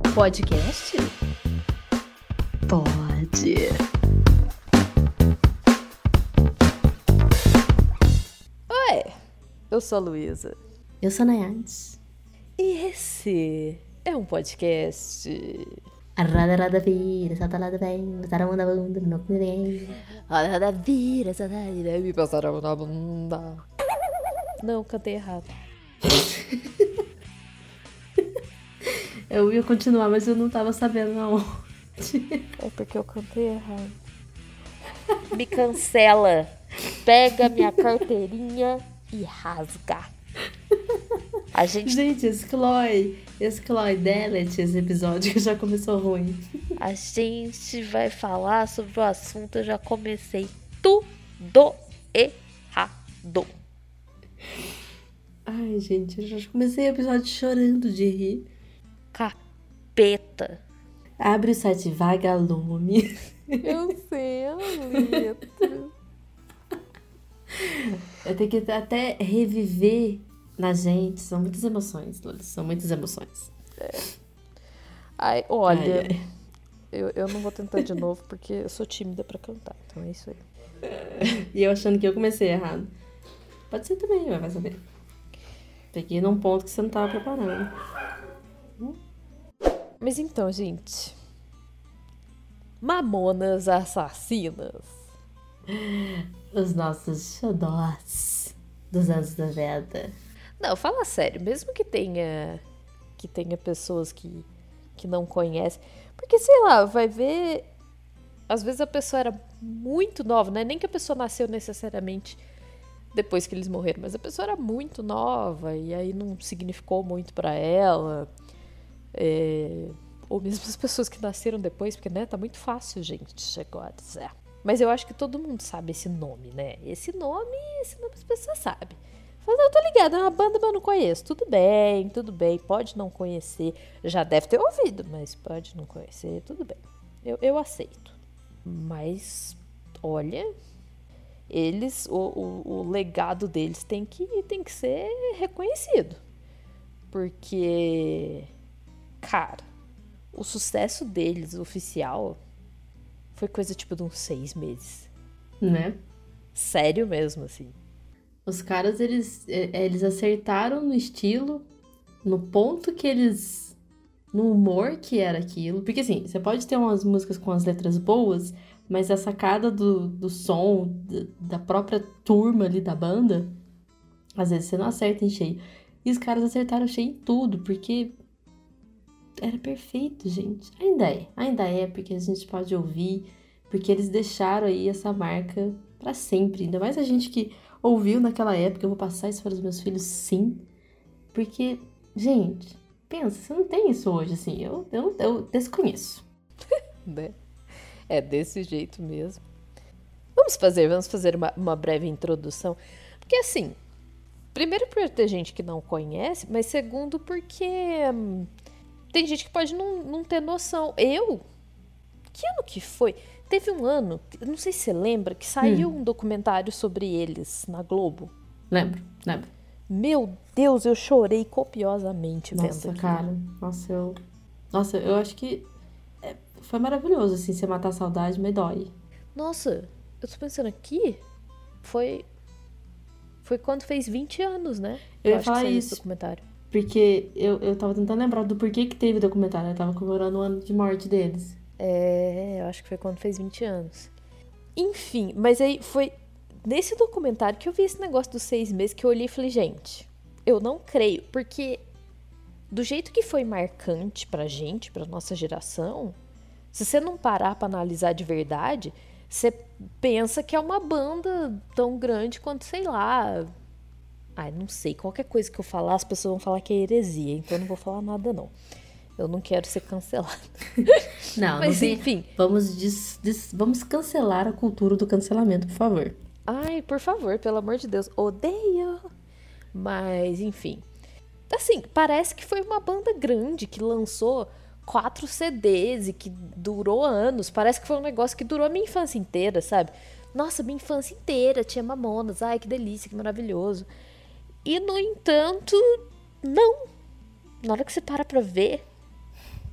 Podcast? Pode. Oi, eu sou a Luísa. Eu sou a Nayades. E esse é um podcast. Roda vira, salta lá vem, botar a mão na bunda, não com ninguém. Roda vira, me passaram na bunda. Não, cantei errado. Eu ia continuar, mas eu não tava sabendo aonde. É porque eu cantei errado. Me cancela. Pega minha carteirinha e rasga. A gente... Gente, exclui, delete esse episódio que já começou ruim. A gente vai falar sobre o assunto. Eu já comecei tudo errado. Ai, gente, eu já comecei o episódio chorando de rir. Capeta. Abre o site Vagalume. Eu sei a letra. Eu tenho que até reviver na gente. São muitas emoções, Lolis. São muitas emoções. Ai, olha, eu não vou tentar de novo porque eu sou tímida pra cantar. Então é isso aí. E eu achando que eu comecei errado. Pode ser também, mas vai saber. Peguei num ponto que você não tava preparando. Mas então, gente. Mamonas Assassinas. Os nossos xodós dos anos 90. Não, fala sério. Mesmo que tenha pessoas que não conhecem. Porque, sei lá, vai ver... Às vezes a pessoa era muito nova, né? Nem que a pessoa nasceu necessariamente depois que eles morreram. Mas a pessoa era muito nova e aí não significou muito pra ela. Ou mesmo as pessoas que nasceram depois, porque, né, tá muito fácil, gente, agora. Mas eu acho que todo mundo sabe esse nome, né? Esse nome as pessoas sabem. Fala, não, eu tô ligada, é uma banda, mas eu não conheço. Tudo bem, pode não conhecer. Já deve ter ouvido, mas pode não conhecer, tudo bem. Eu aceito. Mas, olha, eles, o legado deles tem que ser reconhecido. Porque, cara, o sucesso deles, oficial, foi coisa tipo de uns 6 meses. Né? Sério mesmo, assim. Os caras, eles acertaram no estilo, no ponto que eles... No humor que era aquilo. Porque, assim, você pode ter umas músicas com as letras boas, mas a sacada do som, da própria turma ali da banda, às vezes você não acerta em cheio. E os caras acertaram cheio em tudo, porque... Era perfeito, gente. Ainda é, porque a gente pode ouvir, porque eles deixaram aí essa marca pra sempre. Ainda mais a gente que ouviu naquela época, eu vou passar isso para os meus filhos, sim. Porque, gente, pensa, você não tem isso hoje, assim, eu desconheço. Né? É desse jeito mesmo. Vamos fazer uma breve introdução. Porque, assim, primeiro por ter gente que não conhece, mas segundo porque... tem gente que pode não ter noção. Que ano que foi? Teve um ano, não sei se você lembra, que saiu um documentário sobre eles na Globo. Lembro. Meu Deus, eu chorei copiosamente vendo Nossa, aquilo. cara. Nossa, eu acho que foi maravilhoso, assim, você matar a saudade, mas dói. Nossa, eu tô pensando aqui, foi quando fez 20 anos, né? Eu ia acho falar que saiu isso. esse documentário. Porque eu tava tentando lembrar do porquê que teve documentário. Eu tava comemorando o ano de morte deles. Eu acho que foi quando fez 20 anos. Enfim, mas aí foi nesse documentário que eu vi esse negócio dos 6 meses que eu olhei e falei, gente, eu não creio, porque do jeito que foi marcante pra gente, pra nossa geração, se você não parar pra analisar de verdade, você pensa que é uma banda tão grande quanto, sei lá... Ai, não sei, qualquer coisa que eu falar, as pessoas vão falar que é heresia, então eu não vou falar nada, não. Eu não quero ser cancelada. Não, mas não tem... enfim. Vamos cancelar a cultura do cancelamento, por favor. Ai, por favor, pelo amor de Deus, odeio. Mas, enfim. Assim, parece que foi uma banda grande que lançou 4 CDs e que durou anos. Parece que foi um negócio que durou a minha infância inteira, sabe? Nossa, minha infância inteira tinha Mamonas. Ai, que delícia, que maravilhoso. E, no entanto, não. Na hora que você para pra ver,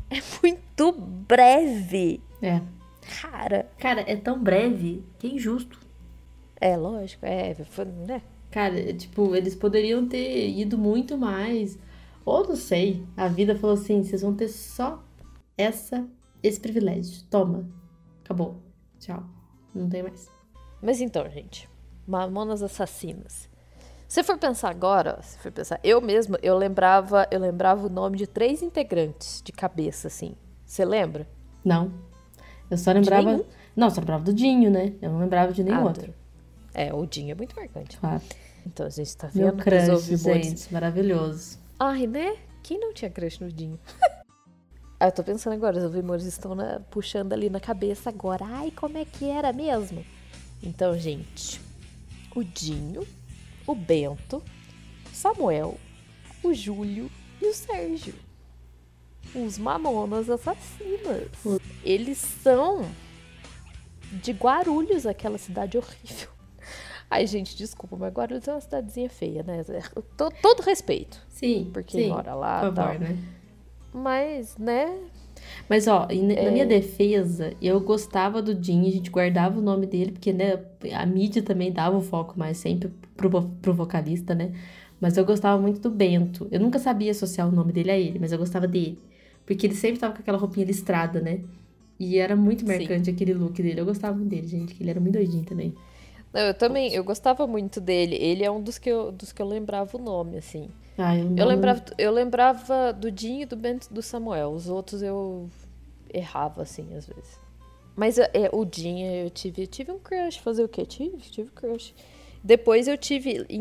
É muito breve. É. Cara, Cara, é tão breve que é injusto. lógico, né? Cara, tipo, eles poderiam ter ido muito mais. Ou não sei. A vida falou assim: vocês vão ter só esse privilégio. Toma. Acabou. Tchau. Não tem mais. Mas então, gente, Mamonas Assassinas. Se for pensar agora, eu mesma, eu lembrava o nome de 3 integrantes de cabeça, assim. Você lembra? Não. Eu só De lembrava. nenhum? Não, só lembrava do Dinho, né? Eu não lembrava de nenhum outro. O Dinho é muito marcante. Claro. Então, a gente tá Meu vendo que os crush, ouvimores... gente. Maravilhoso. Ai, né? Quem não tinha crush no Dinho? Eu tô pensando agora, os ouvimores estão puxando ali na cabeça agora. Ai, como é que era mesmo? Então, gente, o Dinho, o Bento, Samuel, o Júlio e o Sérgio. Os Mamonas Assassinas. Eles são de Guarulhos, aquela cidade horrível. Ai, gente, desculpa, mas Guarulhos é uma cidadezinha feia, né? Todo respeito. Sim. Por quem mora lá Por e tal. favor, né? Mas, né? Mas, ó, na minha defesa, eu gostava do Dinho, a gente guardava o nome dele, porque, né, a mídia também dava o foco mais sempre pro vocalista, né? Mas eu gostava muito do Bento. Eu nunca sabia associar o nome dele a ele, mas eu gostava dele. Porque ele sempre tava com aquela roupinha listrada, né? E era muito marcante aquele look dele. Eu gostava muito dele, gente, que ele era muito doidinho também. Não, eu também, eu gostava muito dele. Ele é um dos que eu eu lembrava o nome, assim. Eu lembrava do Dinho, do Bento e do Samuel. Os outros eu errava, assim, às vezes. Mas o Dinho, eu tive um crush. Fazer o quê? Tive crush. Depois eu tive, em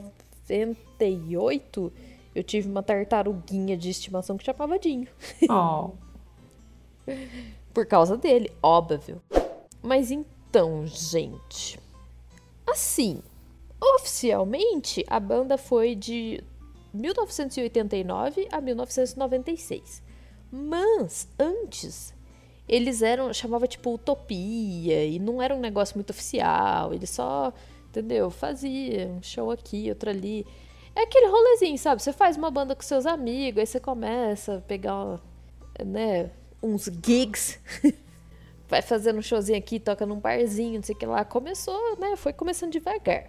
98, eu tive uma tartaruguinha de estimação que chamava Dinho. Oh. Por causa dele, óbvio. Mas então, gente... Assim, oficialmente, a banda foi de 1989 a 1996. Mas, antes, eles chamava tipo Utopia, e não era um negócio muito oficial. Eles só, entendeu, faziam um show aqui, outro ali. É aquele rolezinho, sabe? Você faz uma banda com seus amigos, aí você começa a pegar, né, uns gigs... Vai fazendo um showzinho aqui, toca num barzinho, não sei o que lá. Começou, né? Foi começando devagar.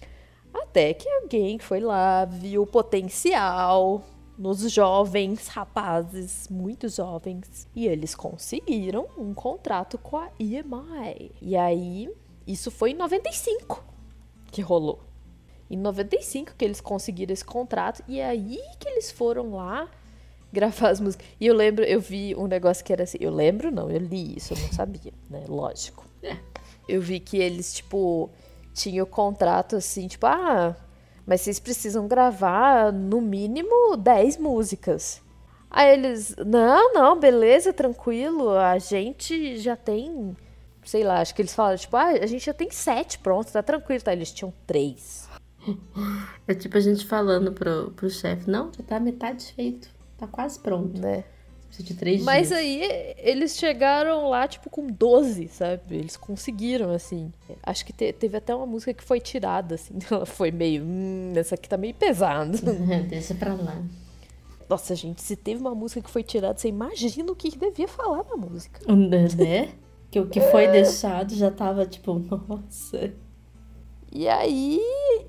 Até que alguém foi lá, viu o potencial nos jovens rapazes, muito jovens. E eles conseguiram um contrato com a EMI. E aí, isso foi em 95 que rolou. Em 95 que eles conseguiram esse contrato. E aí que eles foram lá gravar as músicas. E eu vi um negócio que era assim. Eu lembro, não, eu li isso, eu não sabia, né? Lógico. Eu vi que eles, tipo, tinham o contrato assim, tipo, mas vocês precisam gravar no mínimo 10 músicas. Aí eles, não, beleza, tranquilo, a gente já tem, sei lá, acho que eles falaram, tipo, a gente já tem 7, pronto, tá tranquilo, tá? Eles tinham 3. É tipo a gente falando pro chefe, não, já tá metade feito. Tá quase pronto. Né? Precisa de 3 Mas dias. aí eles chegaram lá, tipo, com 12, sabe? Eles conseguiram, assim. Acho que teve até uma música que foi tirada, assim. Ela foi meio, essa aqui tá meio pesada. Deixa pra lá. Nossa, gente, se teve uma música que foi tirada, você imagina o que devia falar na música. Né? Que o que foi deixado já tava, tipo, nossa. E aí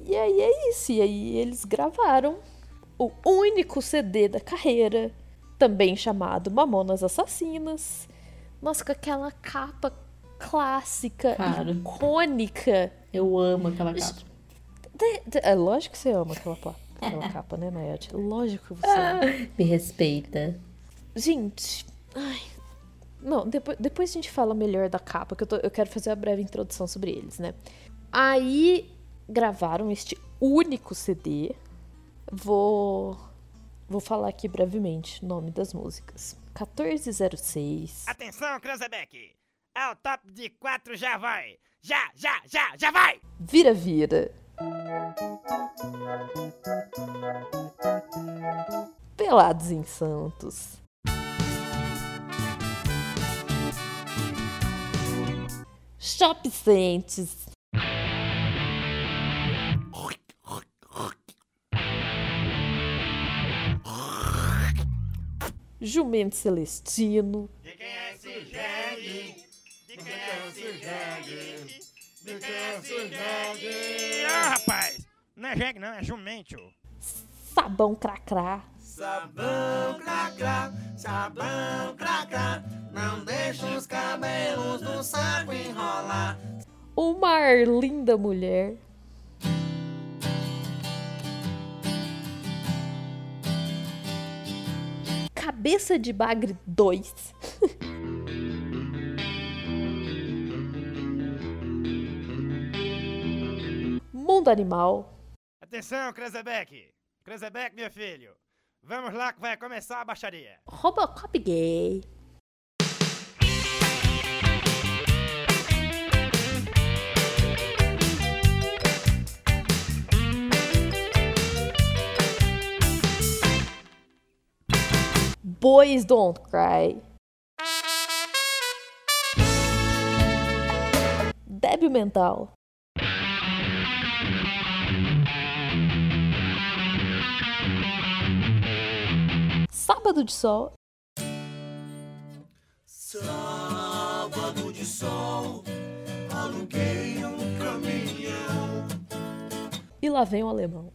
é isso. E aí eles gravaram o único CD da carreira, também chamado Mamonas Assassinas. Nossa, com aquela capa clássica, Cara, icônica. eu amo aquela capa. É lógico que você ama aquela capa, né, Nayade? Lógico que você ama. Me respeita. Gente, não, depois a gente fala melhor da capa, que eu quero fazer uma breve introdução sobre eles, né? Aí gravaram este único CD. Vou falar aqui brevemente o nome das músicas. 1406. Atenção, Cranzebeck! Ao top de 4 já vai! Já vai! Vira, vira. Pelados em Santos. Shop Sentes. Jumento Celestino. De quem é esse jegue? De quem é esse jegue? De quem é esse jegue? Ah, rapaz! Não é jegue não, é jumento. Sabão Cracrá. Sabão cracrá, sabão cracrá, não deixa os cabelos do saco enrolar. Uma Arlinda Mulher. Cabeça de Bagre 2. Mundo Animal. Atenção, Krezebeck! Krezebeck, meu filho! Vamos lá que vai começar a baixaria. Robocop gay. Boys Don't Cry. Débil Mental. Sábado de Sol. Sábado de sol, aluguei um caminhão. E lá vem o alemão.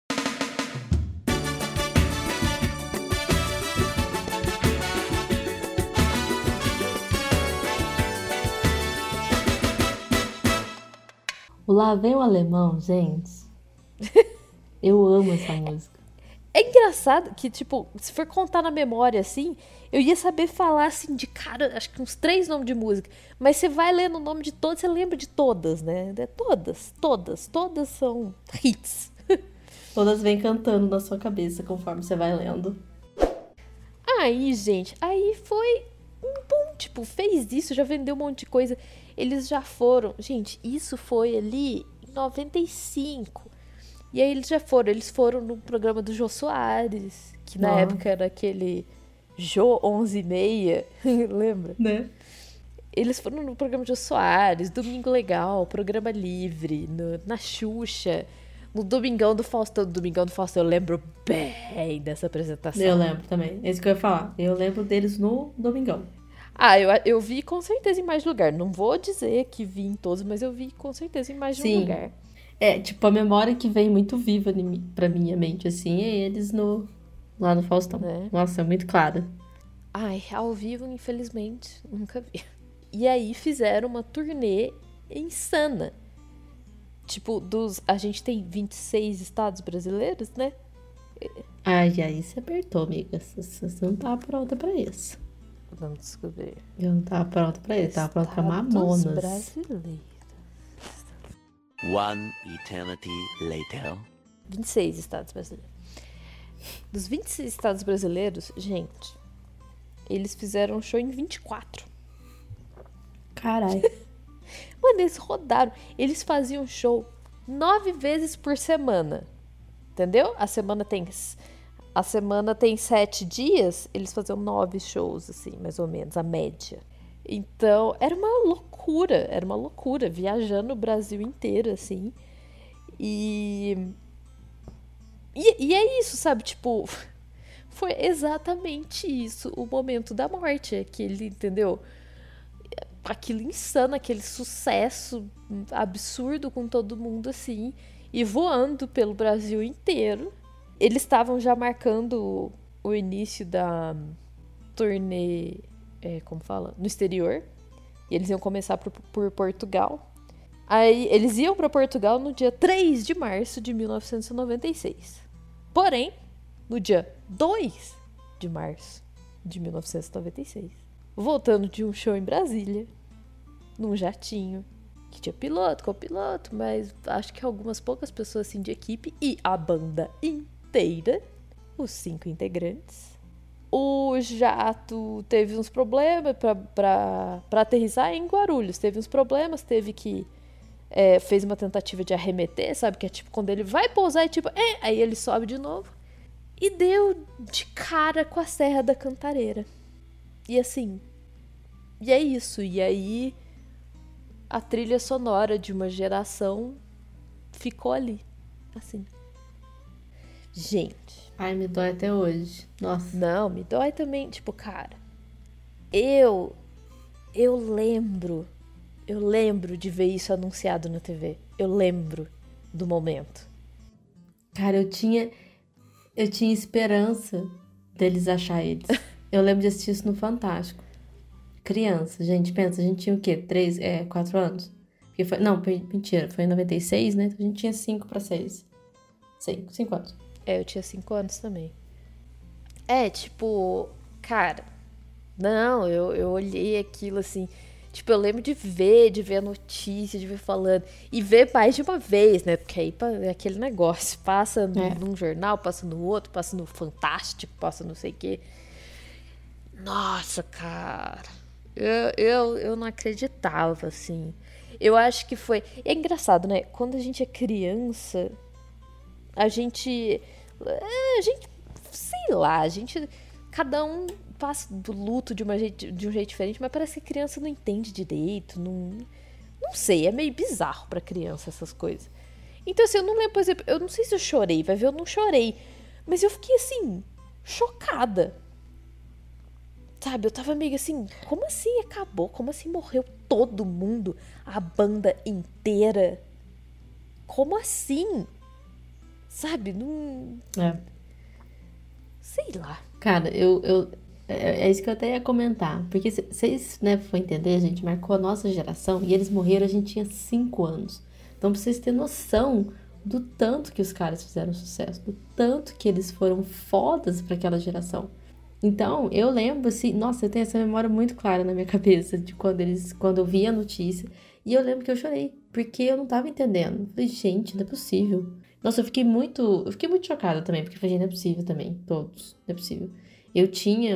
O Lá Vem o Alemão, gente. Eu amo essa música. É engraçado que, tipo, se for contar na memória, assim, eu ia saber falar, assim, de cara, acho que uns 3 nomes de música. Mas você vai lendo o nome de todos, você lembra de todas, né? Todas são hits. Todas vêm cantando na sua cabeça conforme você vai lendo. Aí, gente, aí foi um bom, tipo, fez isso, já vendeu um monte de coisa. Eles já foram, gente, isso foi ali em 95. E aí eles foram no programa do Jô Soares, que na época era aquele Jô 11h30, lembra? Né? Eles foram no programa do Jô Soares, Domingo Legal, Programa Livre, na Xuxa, no Domingão do Faustão. Domingão do Faustão, eu lembro bem dessa apresentação. Eu lembro também, é isso que eu ia falar. Eu lembro deles no Domingão. Ah, eu vi com certeza em mais de lugar. Não vou dizer que vi em todos, mas eu vi com certeza em mais de um lugar. É, tipo, a memória que vem muito viva pra minha mente, assim, é eles lá no Faustão. Né? Nossa, é muito clara. Ai, ao vivo, infelizmente, nunca vi. E aí fizeram uma turnê insana. Tipo, a gente tem 26 estados brasileiros, né? Ai, aí você apertou, amiga. Você não tava pronta pra isso. Vamos descobrir. Eu não tava pronta pra isso, tava pronta pra Mamonas. Brasileiros. One eternity later. 26 estados brasileiros. Dos 26 estados brasileiros, gente, eles fizeram um show em 24. Caralho. Mano, eles rodaram. Eles faziam show 9 vezes por semana. Entendeu? A semana tem 7 dias, eles faziam 9 shows, assim, mais ou menos, a média. Então, era uma loucura, viajando o Brasil inteiro, assim. E é isso, sabe? Tipo, foi exatamente isso, o momento da morte, aquele, entendeu? Aquilo insano, aquele sucesso absurdo com todo mundo, assim, e voando pelo Brasil inteiro. Eles estavam já marcando o início da turnê, como fala? No exterior. E eles iam começar por Portugal. Aí eles iam para Portugal no dia 3 de março de 1996. Porém, no dia 2 de março de 1996, voltando de um show em Brasília, num jatinho, que tinha piloto, copiloto, mas acho que algumas poucas pessoas assim de equipe e a banda inteira, os 5 integrantes. O jato teve uns problemas para aterrissar em Guarulhos. Teve uns problemas, teve que... fez uma tentativa de arremeter, sabe? Que é tipo quando ele vai pousar e tipo... aí ele sobe de novo. E deu de cara com a Serra da Cantareira. E assim... E é isso. E aí... A trilha sonora de uma geração ficou ali. Assim. Gente... Ai, me dói até hoje. Nossa. Não, me dói também. Tipo, cara, eu eu lembro, eu lembro de ver isso anunciado na TV. Eu lembro do momento. Cara, eu tinha esperança deles achar eles. Eu lembro de assistir isso no Fantástico. Criança, gente, pensa, a gente tinha o quê? 4 anos? Porque não, mentira, foi em 96, né? Então a gente tinha 5 pra 6. 5 anos. Eu tinha 5 anos também. Tipo, cara, não, eu olhei aquilo assim. Tipo, eu lembro de ver a notícia, de ver falando. E ver mais de uma vez, né? Porque aí é aquele negócio. Passa num jornal, passa no outro, passa no Fantástico, passa não sei o quê. Nossa, cara. Eu não acreditava, assim. Eu acho que foi. É engraçado, né? Quando a gente é criança, a gente. Sei lá, a gente. Cada um passa do luto de um jeito diferente, mas parece que a criança não entende direito. Não sei, é meio bizarro pra criança essas coisas. Então, assim, eu não lembro, por exemplo, eu não sei se eu chorei, vai ver, eu não chorei. Mas eu fiquei, assim, chocada. Sabe, eu tava meio assim, como assim acabou? Como assim morreu todo mundo? A banda inteira? Como assim? Sabe, não... É. Sei lá. Cara, é isso que eu até ia comentar. Porque vocês, né, for entender, a gente marcou a nossa geração e eles morreram, a gente tinha 5 anos. Então, pra vocês terem noção do tanto que os caras fizeram sucesso, do tanto que eles foram fodas pra aquela geração. Então, eu lembro, assim, nossa, eu tenho essa memória muito clara na minha cabeça de quando eu vi a notícia. E eu lembro que eu chorei, porque eu não tava entendendo. Eu falei, gente, não é possível. Nossa, eu fiquei muito chocada também, porque eu falei, não é possível também, todos, não é possível. Eu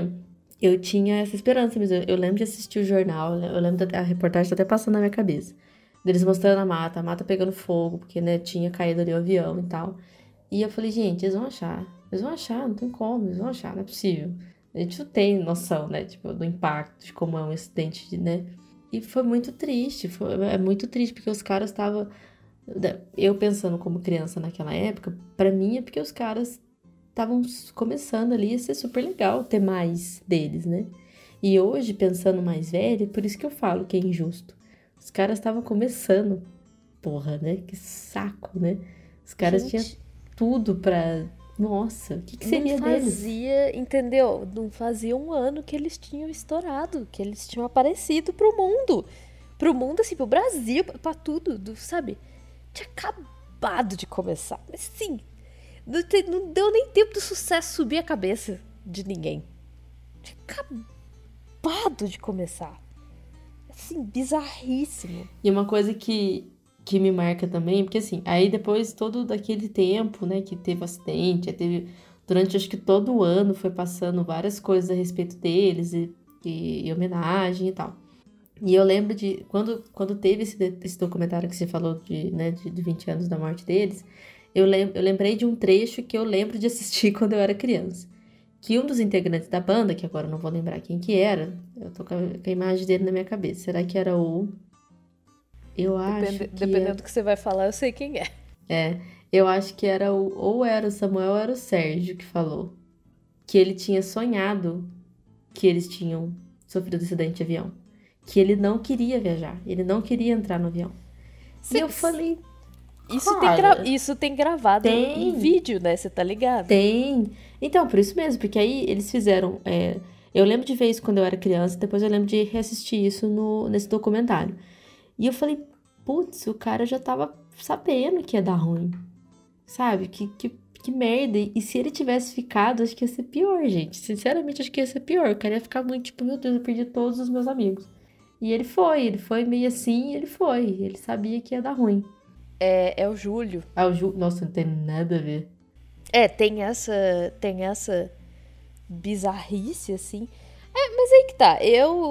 tinha essa esperança, mas eu lembro de assistir o jornal, eu lembro da reportagem tá até passando na minha cabeça. Deles mostrando a mata pegando fogo, porque, né, tinha caído ali o avião e tal. E eu falei, gente, eles vão achar, não tem como, eles vão achar, não é possível. A gente não tem noção, né, tipo, do impacto, de como é um acidente, né. E foi muito triste, é muito triste, porque os caras estavam... Eu pensando como criança naquela época, pra mim é porque os caras estavam começando ali a ser super legal ter mais deles, né? E hoje, pensando mais velho, por isso que eu falo que é injusto. Os caras estavam começando, porra, né? Que saco, né? Os caras tinham tudo pra... Nossa, o que seria deles? Não fazia, entendeu? Não fazia um ano que eles tinham estourado, que eles tinham aparecido pro mundo. Pro mundo, assim, pro Brasil, pra tudo, sabe? Tinha acabado de começar. Mas sim, não deu nem tempo do sucesso subir a cabeça de ninguém. Tinha acabado de começar. Assim, bizarríssimo. E uma coisa que me marca também, porque assim, aí depois todo daquele tempo, né, que teve acidente, durante acho que todo o ano foi passando várias coisas a respeito deles e homenagem e tal. E eu lembro de, quando teve esse documentário que você falou de 20 anos da morte deles, eu lembrei de um trecho que eu lembro de assistir quando eu era criança. Que um dos integrantes da banda, que agora eu não vou lembrar quem que era, eu tô com a imagem dele na minha cabeça. Será que era o... Eu acho que... Dependendo do que você vai falar, eu sei quem é. Eu acho que era ou era o Samuel ou era o Sérgio que falou. Que ele tinha sonhado que eles tinham sofrido acidente de avião. Que ele não queria viajar, ele não queria entrar no avião. E eu falei... Isso tem gravado em vídeo, né? Você tá ligado? Tem. Então, por isso mesmo, porque aí eles fizeram... eu lembro de ver isso quando eu era criança, depois eu lembro de reassistir isso nesse documentário. E eu falei, putz, o cara já tava sabendo que ia dar ruim. Sabe? Que merda. E se ele tivesse ficado, acho que ia ser pior, gente. Sinceramente, acho que ia ser pior. O cara ia ficar muito tipo, meu Deus, eu perdi todos os meus amigos. E ele foi meio assim, ele foi. Ele sabia que ia dar ruim. É o Júlio. Nossa, não tem nada a ver. Tem essa bizarrice, assim. Mas aí que tá,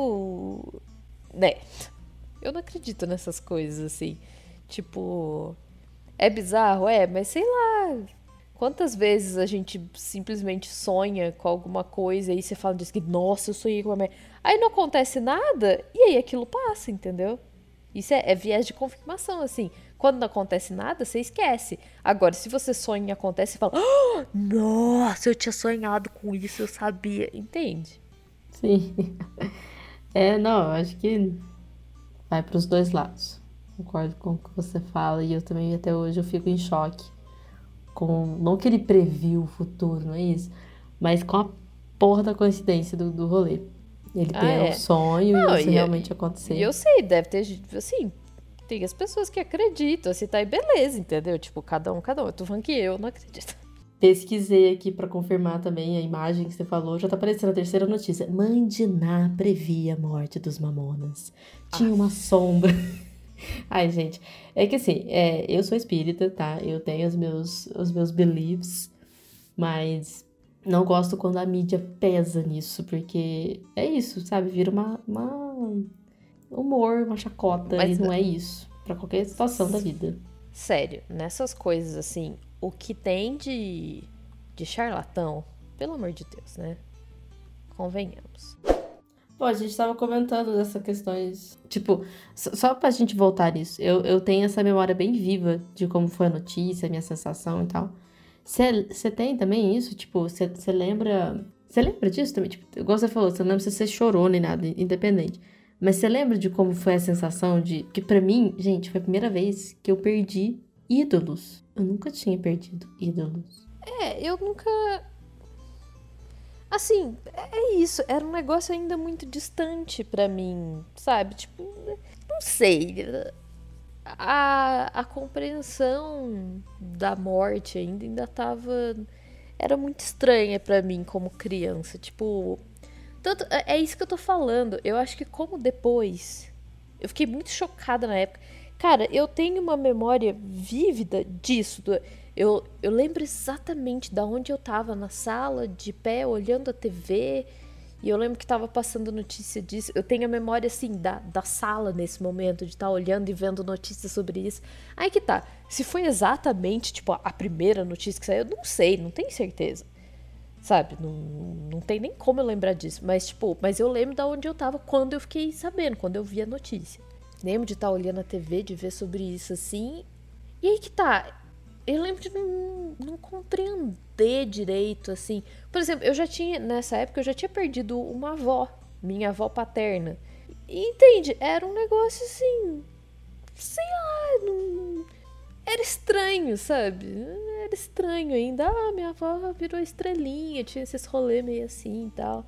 eu não acredito nessas coisas, assim. Tipo, é bizarro, mas sei lá. Quantas vezes a gente simplesmente sonha com alguma coisa e você fala disso que, nossa, eu sonhei com uma merda. Aí não acontece nada e aí aquilo passa, entendeu? Isso é viés de confirmação, assim. Quando não acontece nada, você esquece. Agora, se você sonha e acontece, você fala, "Ah, nossa, eu tinha sonhado com isso, eu sabia." Entende? Sim. Não, eu acho que vai pros dois lados. Concordo com o que você fala e eu também até hoje eu fico em choque com, não que ele previu o futuro, não é isso, mas com a porra da coincidência do rolê. Ele ter um sonho Não, e isso realmente acontecer. E eu sei, deve ter, assim, tem as pessoas que acreditam, assim, tá aí, beleza, entendeu? Tipo, cada um. Eu tô falando que eu não acredito. Pesquisei aqui pra confirmar também a imagem que você falou. Já tá aparecendo a terceira notícia. Mãe de Ná previa a morte dos Mamonas. Tinha uma sombra. Ai, gente. É que assim, eu sou espírita, tá? Eu tenho os meus beliefs. Mas não gosto quando a mídia pesa nisso. Porque é isso, sabe? Vira uma humor, uma chacota. Mas e não é isso. Pra qualquer situação da vida. Sério, nessas coisas, assim, o que tem de charlatão, pelo amor de Deus, né? Convenhamos. Pô, a gente tava comentando dessas questões. Tipo, só pra gente voltar nisso. Eu tenho essa memória bem viva de como foi a notícia, a minha sensação e tal. Você tem também isso? Tipo, você lembra. Você lembra disso também? Tipo, igual você falou, você não lembra se você chorou nem nada, independente. Mas você lembra de como foi a sensação de. Que pra mim, gente, foi a primeira vez que eu perdi ídolos. Eu nunca tinha perdido ídolos. Eu nunca. Assim, é isso. Era um negócio ainda muito distante pra mim, sabe? Tipo, não sei. A compreensão da morte ainda tava. Era muito estranha pra mim como criança. Tipo. Tanto, é isso que eu tô falando. Eu acho que como depois. Eu fiquei muito chocada na época. Cara, eu tenho uma memória vívida disso. Eu lembro exatamente de onde eu tava na sala, de pé, olhando a TV. E eu lembro que tava passando notícia disso. Eu tenho a memória, assim, da sala nesse momento, de estar olhando e vendo notícias sobre isso. Aí que tá. Se foi exatamente, tipo, a primeira notícia que saiu, eu não sei, não tenho certeza. Sabe? Não tem nem como eu lembrar disso. Mas, tipo, eu lembro de onde eu tava quando eu fiquei sabendo, quando eu vi a notícia. Lembro de estar olhando a TV, de ver sobre isso, assim. E aí que tá. Eu lembro de não compreender direito, assim. Por exemplo, nessa época, eu já tinha perdido uma avó. Minha avó paterna. E, entende? Era um negócio, assim... Sei lá, não... Era estranho, sabe? Era estranho ainda. Minha avó virou estrelinha, tinha esses rolê meio assim e tal.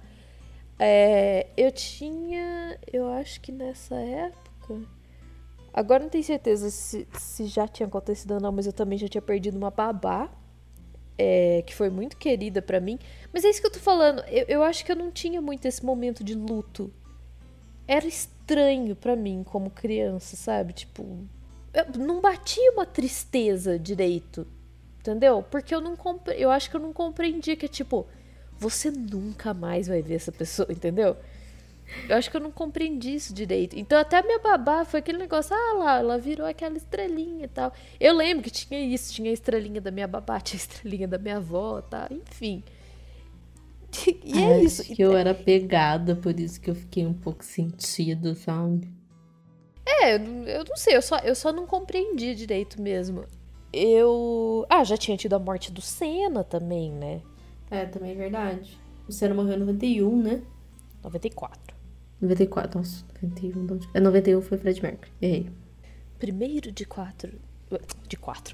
Eu acho que nessa época... Agora não tenho certeza se já tinha acontecido ou não, mas eu também já tinha perdido uma babá, que foi muito querida pra mim. Mas é isso que eu tô falando, eu acho que eu não tinha muito esse momento de luto. Era estranho pra mim como criança, sabe? Tipo, não batia uma tristeza direito, entendeu? Porque eu acho que eu não compreendia que é tipo, você nunca mais vai ver essa pessoa, entendeu? Eu acho que eu não compreendi isso direito. Então até a minha babá foi aquele negócio, lá, ela virou aquela estrelinha e tal. Eu lembro que tinha isso, tinha a estrelinha da minha babá, tinha a estrelinha da minha avó, tá? Enfim. E é isso. Acho que eu era pegada, por isso que eu fiquei um pouco sentido, sabe? Eu não sei, eu só não compreendi direito mesmo. Já tinha tido a morte do Senna também, né? Também é verdade. O Senna morreu em 91, né? 94. 94, nossa, 91. 91 foi Fred Mercury. Errei. 1º de 4. De 4.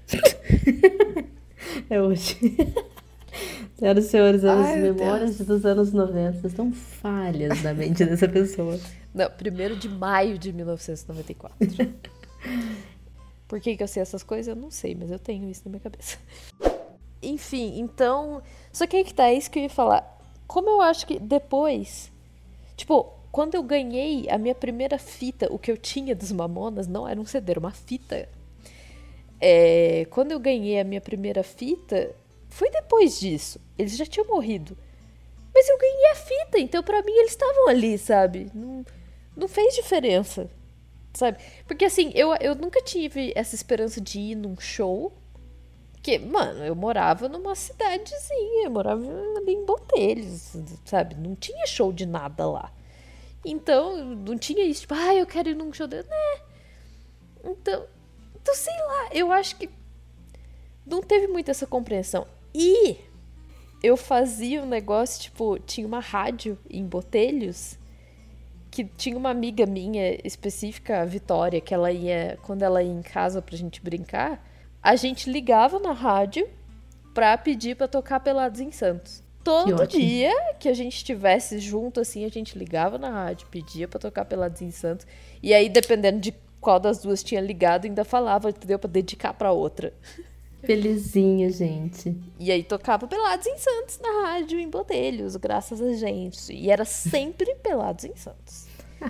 É hoje. Senhoras e senhores, as memórias dos anos 90 estão falhas na mente dessa pessoa. Não, 1º de maio de 1994. Por que eu sei essas coisas? Eu não sei, mas eu tenho isso na minha cabeça. Enfim, então... Só que aí que tá, é isso que eu ia falar. Como eu acho que depois... Tipo, quando eu ganhei a minha primeira fita, o que eu tinha dos Mamonas não era um CD, era uma fita. Quando eu ganhei a minha primeira fita, foi depois disso. Eles já tinham morrido. Mas eu ganhei a fita, então pra mim eles estavam ali, sabe? Não fez diferença, sabe? Porque assim, eu nunca tive essa esperança de ir num show. Porque, mano, eu morava numa cidadezinha, eu morava ali em Botelhos, sabe? Não tinha show de nada lá. Então, não tinha isso, tipo, eu quero ir num show dele, né? Então, Então, sei lá, eu acho que não teve muito essa compreensão. E eu fazia um negócio, tipo, tinha uma rádio em Botelhos, que tinha uma amiga minha específica, a Vitória, que ela ia, quando ela ia em casa pra gente brincar, a gente ligava na rádio pra pedir pra tocar Pelados em Santos. Todo ótimo. dia que a gente estivesse junto, assim, a gente ligava na rádio, pedia pra tocar Pelados em Santos. E aí, dependendo de qual das duas tinha ligado, ainda falava, entendeu? Pra dedicar pra outra. Felizinha, gente. E aí tocava Pelados em Santos na rádio, em Botelhos, graças a gente. E era sempre Pelados em Santos.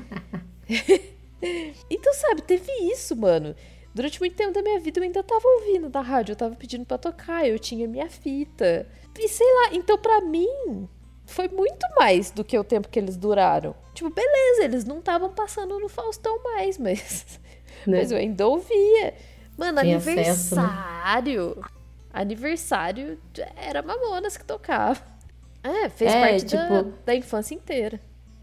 Então, sabe, teve isso, mano. Durante muito tempo da minha vida eu ainda tava ouvindo da rádio, eu tava pedindo pra tocar, eu tinha minha fita. E sei lá, então pra mim foi muito mais do que o tempo que eles duraram. Tipo, beleza, eles não estavam passando no Faustão mais, mas, Né? mas eu ainda ouvia. Mano, Tem acesso, né? aniversário era Mamonas que tocava. Fez É, parte tipo- da infância inteira.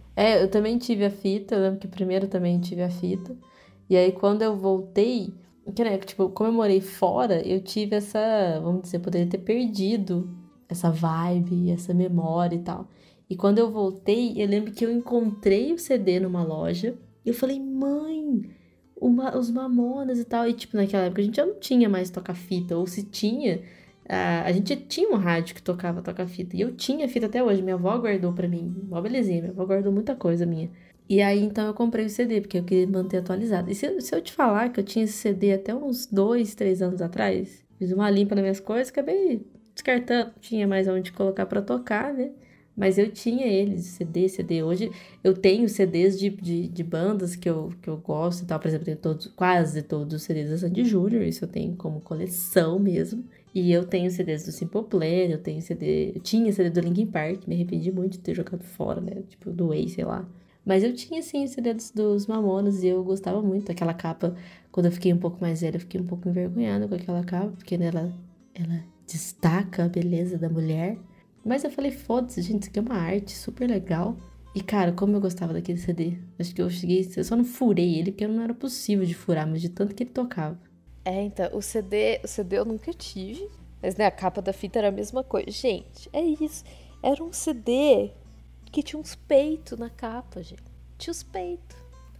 Eu também tive a fita, eu lembro que primeiro também tive a fita. E aí quando eu voltei, que, né, tipo, como eu morei fora, eu tive essa, vamos dizer, poderia ter perdido essa vibe, essa memória e tal. E quando eu voltei, eu lembro que eu encontrei o CD numa loja e eu falei, mãe, os Mamonas e tal. E tipo, naquela época a gente já não tinha mais toca-fita, ou se tinha, a gente tinha um rádio que tocava toca-fita. E eu tinha fita até hoje, minha avó guardou pra mim, mó belezinha, minha avó guardou muita coisa minha. E aí, então, eu comprei o CD, porque eu queria manter atualizado. E se eu te falar que eu tinha esse CD até uns 2, 3 anos atrás, fiz uma limpa nas minhas coisas, acabei descartando. Tinha mais onde colocar pra tocar, né? Mas eu tinha eles, CD. Hoje eu tenho CDs de bandas que eu gosto e tal. Por exemplo, eu tenho quase todos os CDs da Sandy Júnior, isso eu tenho como coleção mesmo. E eu tenho CDs do Simple Plan, eu tinha CD do Linkin Park, me arrependi muito de ter jogado fora, né? Tipo, doei, sei lá. Mas eu tinha, sim, o CD dos Mamonas e eu gostava muito daquela capa. Quando eu fiquei um pouco mais velha, eu fiquei um pouco envergonhada com aquela capa, porque né, ela destaca a beleza da mulher. Mas eu falei, foda-se, gente, isso aqui é uma arte super legal. E, cara, como eu gostava daquele CD. Acho que eu só não furei ele, porque não era possível de furar, mas de tanto que ele tocava. Então, o CD eu nunca tive. Mas, né, a capa da fita era a mesma coisa. Gente, é isso. Era um CD que tinha uns peitos na capa, gente. Tinha os peitos.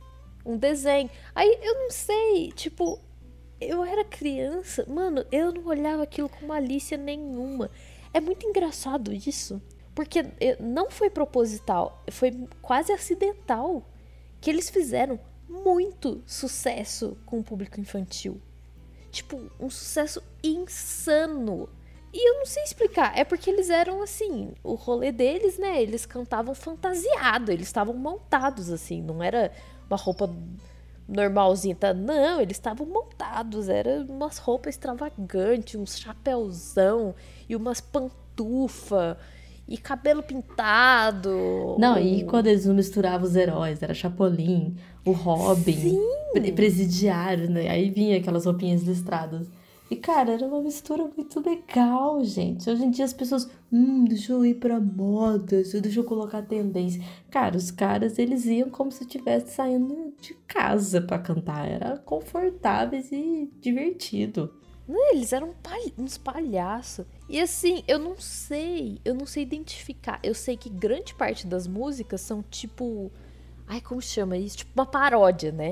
Um desenho. Aí, eu não sei, tipo, eu era criança, mano, eu não olhava aquilo com malícia nenhuma. É muito engraçado isso. Porque não foi proposital, foi quase acidental. Que eles fizeram muito sucesso com o público infantil. Tipo, um sucesso insano. E eu não sei explicar, é porque eles eram assim, o rolê deles, né, eles cantavam fantasiado, eles estavam montados assim, não era uma roupa normalzinha, tá? Não, eles estavam montados, era umas roupas extravagantes, uns chapéuzão e umas pantufas e cabelo pintado. Não, e quando eles não misturavam os heróis, era Chapolin, o Robin, Presidiário, né? Aí vinha aquelas roupinhas listradas. E, cara, era uma mistura muito legal, gente. Hoje em dia as pessoas, deixa eu ir pra moda, deixa eu colocar tendência. Cara, os caras, eles iam como se estivesse saindo de casa pra cantar. Era confortáveis e divertido. Não, eles eram uns palhaços. E assim, eu não sei identificar. Eu sei que grande parte das músicas são tipo... Ai, como chama isso? Tipo uma paródia, né?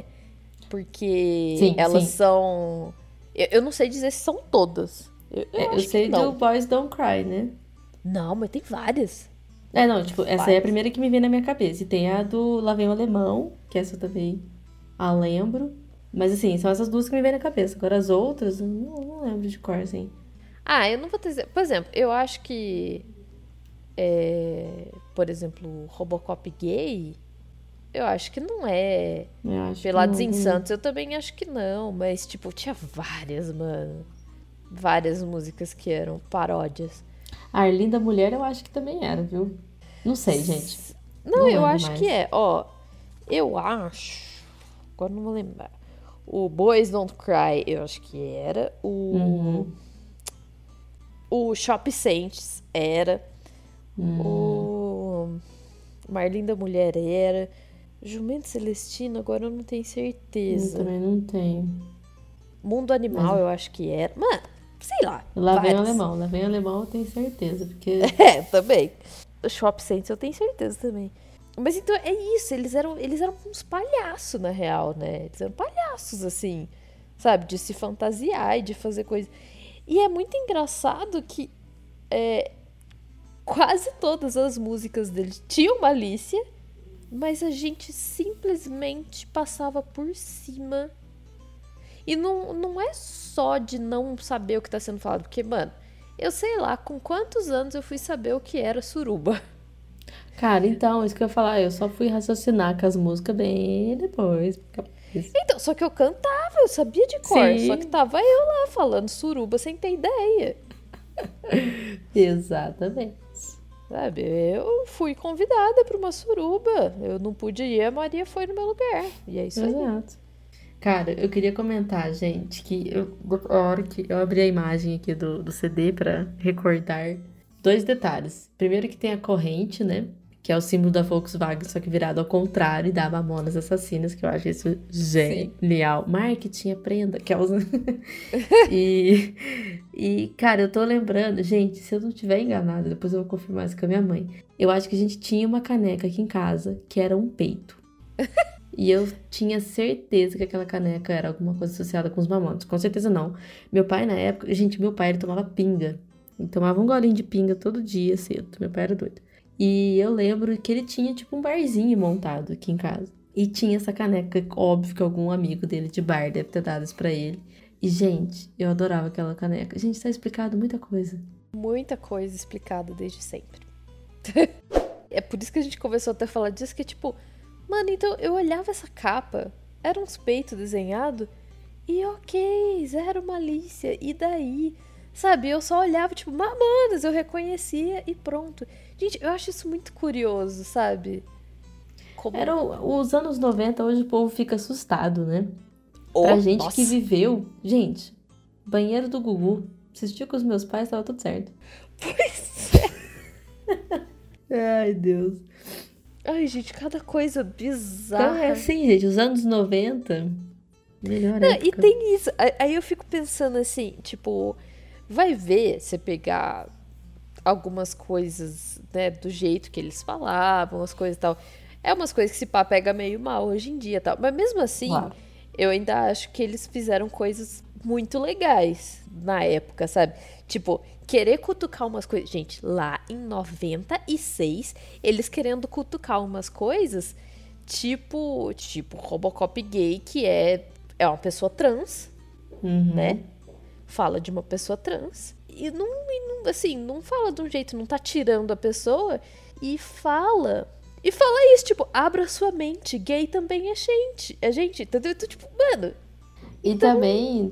Porque Sim, elas sim. são... Eu não sei dizer se são todas. Eu Eu acho sei que não. do Boys Don't Cry, né? Não, mas tem várias. Não, tipo, essa aí é a primeira que me vem na minha cabeça. E tem a do Lá Vem o Alemão, que essa eu também a lembro. Mas assim, são essas duas que me vêm na cabeça. Agora as outras, eu não lembro de cor, assim. Eu não vou dizer... Por exemplo, eu acho que... por exemplo, Robocop gay... Eu acho que não é. Eu acho Pelados que em não. Santos, eu também acho que não. Mas, tipo, tinha várias, mano. Várias músicas que eram paródias. A Arlinda Mulher eu acho que também era, viu? Não sei, gente. Não, eu lembro acho mais. que é. Ó, eu acho... Agora não vou lembrar. O Boys Don't Cry, eu acho que era. O Shop Saints era. O Marlinda Mulher era. Jumento Celestino, agora eu não tenho certeza. Eu também não tenho. Mundo Animal, eu acho que era. Mano, sei lá. Lá vem o vários. alemão, lá vem o alemão, eu tenho certeza, porque... Também. O Shop Sense eu tenho certeza também. Mas então é isso, eles eram uns palhaços, na real, né? Eles eram palhaços, assim, sabe? De se fantasiar e de fazer coisa. E é muito engraçado que quase todas as músicas deles tinham malícia, mas a gente simplesmente passava por cima. E não é só de não saber o que tá sendo falado, porque, mano, eu sei lá com quantos anos eu fui saber o que era suruba. Cara, então, isso que eu ia falar, eu só fui raciocinar com as músicas bem depois. Então, só que eu cantava, eu sabia de cor, Sim. só que tava eu lá falando suruba sem ter ideia, Exatamente. sabe? Eu fui convidada pra uma suruba, eu não pude ir, a Maria foi no meu lugar, e é isso aí. Exato. Cara, eu queria comentar, gente, que a hora que eu abri a imagem aqui do CD pra recordar 2 detalhes. Primeiro que tem a corrente, né? Que é o símbolo da Volkswagen, só que virado ao contrário, e da Mamonas Assassinas, que eu acho isso genial. Marketing, aprenda. E, cara, eu tô lembrando, gente, se eu não estiver enganada, depois eu vou confirmar isso com a minha mãe. Eu acho que a gente tinha uma caneca aqui em casa, que era um peito. E eu tinha certeza que aquela caneca era alguma coisa associada com os Mamonas. Com certeza não. Meu pai, na época... Gente, meu pai, ele tomava pinga. Ele tomava um golinho de pinga todo dia cedo. Meu pai era doido. E eu lembro que ele tinha, tipo, um barzinho montado aqui em casa. E tinha essa caneca, óbvio que algum amigo dele de bar deve ter dado isso pra ele. E, gente, eu adorava aquela caneca. Gente, tá explicado muita coisa. Muita coisa explicada desde sempre. É por isso que a gente começou até a falar disso, que é tipo... Mano, então eu olhava essa capa, era uns peitos desenhados, e ok, zero malícia, e daí? Sabe, eu só olhava, tipo, Mamonas, eu reconhecia e pronto. Gente, eu acho isso muito curioso, sabe? Como... Eram os anos 90, hoje o povo fica assustado, né? Pra gente nossa. que viveu... Gente, banheiro do Gugu, assistiu com os meus pais, tava tudo certo. Pois Ai, Deus. Ai, gente, cada coisa bizarra. Então é assim, gente, os anos 90, melhor Não, época. e tem isso. Aí eu fico pensando assim, tipo, vai ver você pegar algumas coisas, né, do jeito que eles falavam, as coisas e tal. É umas coisas que se pá pega meio mal hoje em dia e tal. Mas mesmo assim, Claro. eu ainda acho que eles fizeram coisas muito legais na época, sabe? Tipo, querer cutucar umas coisas. Gente, lá em 96, eles querendo cutucar umas coisas, tipo Robocop gay, que é uma pessoa trans, né? Fala de uma pessoa trans. E não, assim, não fala de um jeito, não tá tirando a pessoa. E fala isso, tipo, abra sua mente. Gay também é gente, entendeu? Então, tipo, mano... E também,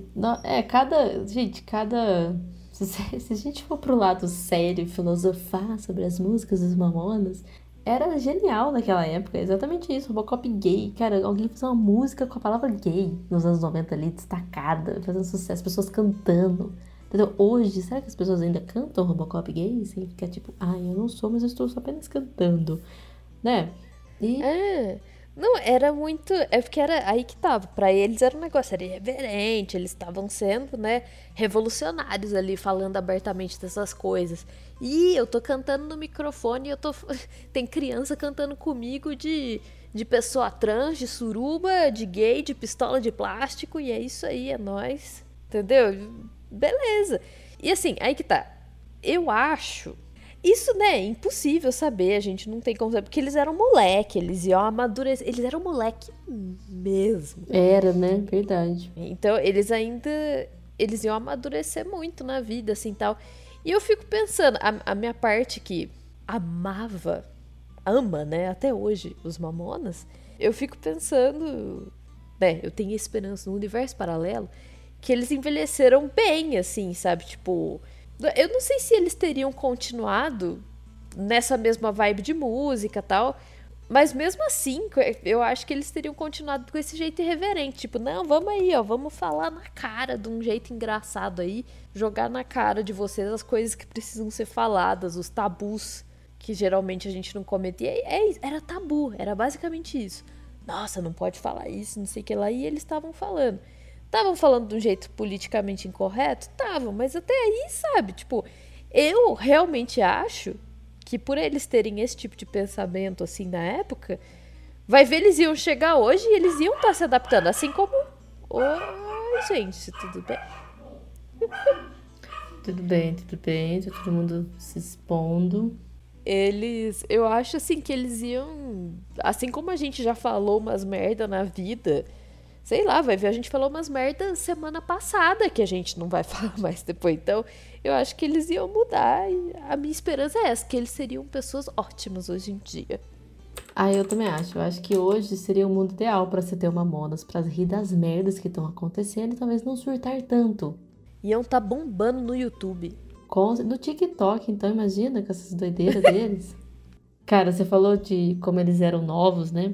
cada... Se a gente for pro lado sério, filosofar sobre as músicas dos Mamonas, era genial naquela época, exatamente isso, Robocop gay, cara, alguém fez uma música com a palavra gay nos anos 90 ali, destacada, fazendo sucesso, pessoas cantando, entendeu? Hoje, será que as pessoas ainda cantam Robocop gay? Sem ficar tipo, eu não sou, mas eu estou só apenas cantando, né? E... Não, era muito... É porque era aí que tava. Pra eles era um negócio, era irreverente. Eles estavam sendo, né, revolucionários ali, falando abertamente dessas coisas. E eu tô cantando no microfone e tem criança cantando comigo de pessoa trans, de suruba, de gay, de pistola de plástico. E é isso aí, é nóis. Entendeu? Beleza. E assim, aí que tá. Eu acho... Isso, né, é impossível saber, a gente não tem como saber, porque eles eram moleque, eles iam amadurecer, eles eram moleque mesmo. Era, né, verdade. Então, eles iam amadurecer muito na vida, assim, tal. E eu fico pensando, a minha parte que ama, né, até hoje, os Mamonas, eu fico pensando, né, eu tenho esperança no universo paralelo, que eles envelheceram bem, assim, sabe, tipo... Eu não sei se eles teriam continuado nessa mesma vibe de música e tal, mas mesmo assim, eu acho que eles teriam continuado com esse jeito irreverente. Tipo, não, vamos aí, ó, vamos falar na cara de um jeito engraçado aí, jogar na cara de vocês as coisas que precisam ser faladas, os tabus que geralmente a gente não comete. Era tabu, era basicamente isso. Nossa, não pode falar isso, não sei o que lá, e eles estavam falando. Estavam falando de um jeito politicamente incorreto? Estavam, mas até aí, sabe? Tipo, eu realmente acho que por eles terem esse tipo de pensamento, assim, na época, vai ver, eles iam chegar hoje e eles iam estar se adaptando, assim como... Oi, gente, tudo bem? Tudo bem, tá todo mundo se expondo. Eu acho assim que eles iam, assim como a gente já falou umas merda na vida, sei lá, vai ver, a gente falou umas merda semana passada que a gente não vai falar mais depois, então eu acho que eles iam mudar e a minha esperança é essa, que eles seriam pessoas ótimas hoje em dia. Eu também acho. Eu acho que hoje seria o mundo ideal pra você ter uma Mamonas, pra rir das merdas que estão acontecendo e talvez não surtar tanto. Iam tá bombando no YouTube. No TikTok, então, imagina com essas doideiras deles. Cara, você falou de como eles eram novos, né?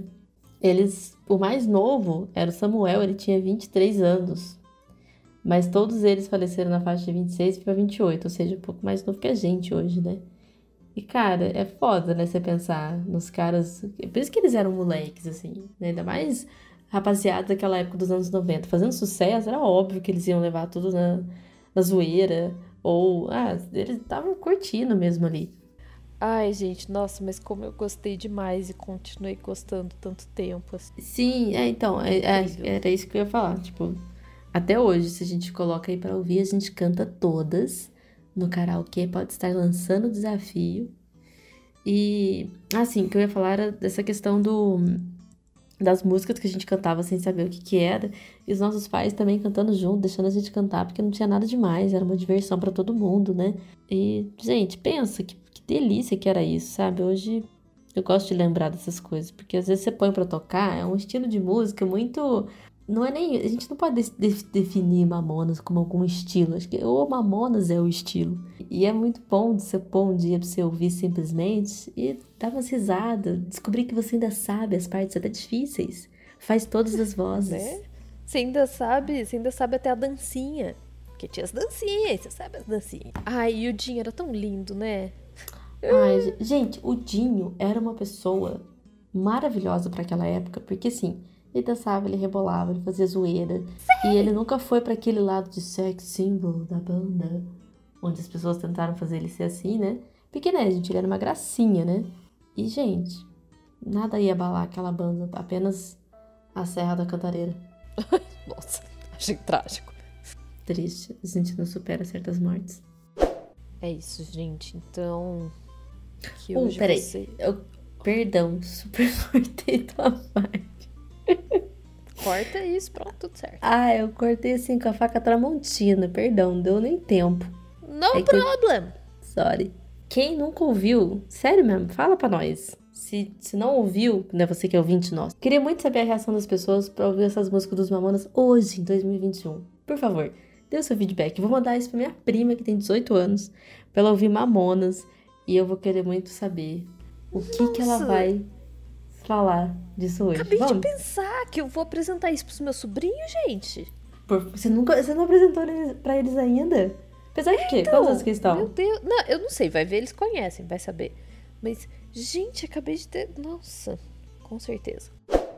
O mais novo era o Samuel, ele tinha 23 anos. Mas todos eles faleceram na faixa de 26 para 28, ou seja, um pouco mais novo que a gente hoje, né? E, cara, é foda, né, você pensar nos caras... Por isso que eles eram moleques, assim, né? Ainda mais rapaziada daquela época dos anos 90. Fazendo sucesso, era óbvio que eles iam levar tudo na zoeira. Ou, eles estavam curtindo mesmo ali. Ai, gente, nossa, mas como eu gostei demais e continuei gostando tanto tempo, assim. Sim, então, era isso que eu ia falar. Tipo, até hoje, se a gente coloca aí pra ouvir, a gente canta todas no karaokê, pode estar lançando o desafio. E, assim, o que eu ia falar era dessa questão das músicas que a gente cantava sem saber o que era, e os nossos pais também cantando junto, deixando a gente cantar, porque não tinha nada demais, era uma diversão pra todo mundo, né? E, gente, pensa que delícia que era isso, sabe? Hoje eu gosto de lembrar dessas coisas, porque às vezes você põe pra tocar, é um estilo de música muito... Não é nem... A gente não pode definir Mamonas como algum estilo, acho que o Mamonas é o estilo. E é muito bom de você pôr um dia pra você ouvir simplesmente e dar umas risadas, descobrir que você ainda sabe as partes até difíceis, faz todas as vozes. Né? Você ainda sabe até a dancinha, porque tinha as dancinhas, você sabe as dancinhas. Ai, e o Dinho era tão lindo, né? Ai, gente, o Dinho era uma pessoa maravilhosa pra aquela época, porque assim, ele dançava, ele rebolava, ele fazia zoeira. Sim. E ele nunca foi pra aquele lado de sex symbol da banda, onde as pessoas tentaram fazer ele ser assim, né? Porque, né, gente, ele era uma gracinha, né? E, gente, nada ia abalar aquela banda, apenas a Serra da Cantareira. Nossa, achei trágico. Triste, a gente não supera certas mortes. É isso, gente, então... Que hoje peraí, perdão, super cortei tua parte. Corta isso, pronto, tudo certo. Eu cortei assim com a faca tramontina, perdão, não deu nem tempo. No problem! Sorry. Quem nunca ouviu, sério mesmo, fala pra nós. Se não ouviu, né, você que é ouvinte nosso, queria muito saber a reação das pessoas pra ouvir essas músicas dos Mamonas hoje, em 2021. Por favor, dê o seu feedback. Vou mandar isso pra minha prima, que tem 18 anos, pra ela ouvir Mamonas, e eu vou querer muito saber o que ela vai falar disso hoje. Acabei de pensar que eu vou apresentar isso pros meus sobrinhos, gente. Você não apresentou pra eles ainda? Apesar de quê? Quantos anos que estão? Meu Deus. Não, eu não sei. Vai ver, eles conhecem, vai saber. Mas, gente, acabei de ter... Nossa, com certeza.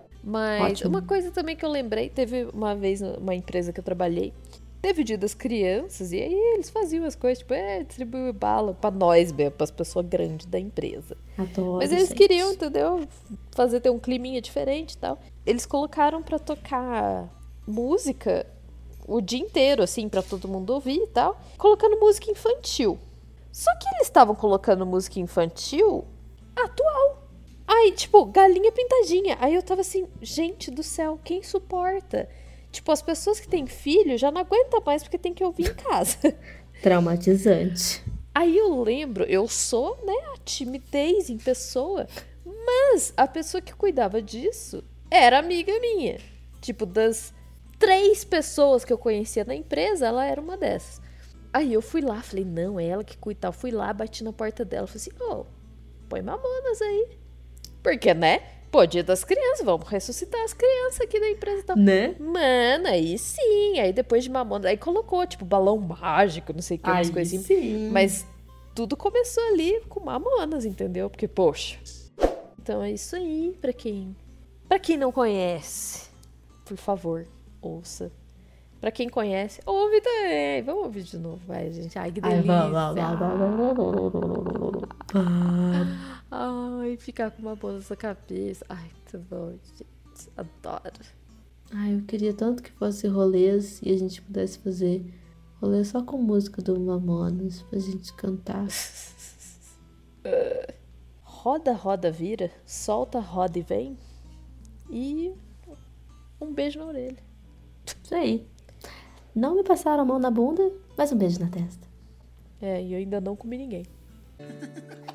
Mas Ótimo. Uma coisa também que eu lembrei, teve uma vez uma empresa que eu trabalhei, teve o dia das crianças, e aí eles faziam as coisas, tipo, distribuir bala pra nós mesmo, pras pessoas grandes da empresa. Adoro, mas eles gente. queriam, entendeu? Ter um climinha diferente e tal. Eles colocaram pra tocar música o dia inteiro, assim, pra todo mundo ouvir e tal, colocando música infantil. Só que eles estavam colocando música infantil atual. Aí, tipo, galinha pintadinha. Aí eu tava assim, gente do céu, quem suporta? Tipo, as pessoas que têm filho já não aguentam mais porque tem que ouvir em casa. Traumatizante. Aí eu lembro, eu sou, né, a timidez em pessoa, mas a pessoa que cuidava disso era amiga minha. Tipo, das 3 pessoas que eu conhecia na empresa, ela era uma dessas. Aí eu fui lá, falei, não, é ela que cuida. Eu fui lá, bati na porta dela, falei assim, põe Mamonas aí. Porque, né? Pô, dia das crianças, vamos ressuscitar as crianças aqui da empresa e tal. Né? Mano, aí sim. Aí depois de Mamonas, aí colocou, tipo, balão mágico, não sei o que, umas coisinhas. Sim. Mas tudo começou ali com Mamonas, entendeu? Porque, poxa. Então é isso aí, pra quem não conhece, por favor, ouça. Pra quem conhece, ouve também. Vamos ouvir de novo, vai, gente. Ai, que Ai, delícia. vamos. Ai, ficar com uma boa na sua cabeça. Ai, muito bom, gente. Adoro. Ai, eu queria tanto que fosse rolês e a gente pudesse fazer rolê só com música do Mamonas pra gente cantar. Roda, roda, vira. Solta, roda e vem. E um beijo na orelha. Isso aí. Não me passaram a mão na bunda, mas um beijo na testa. E eu ainda não comi ninguém.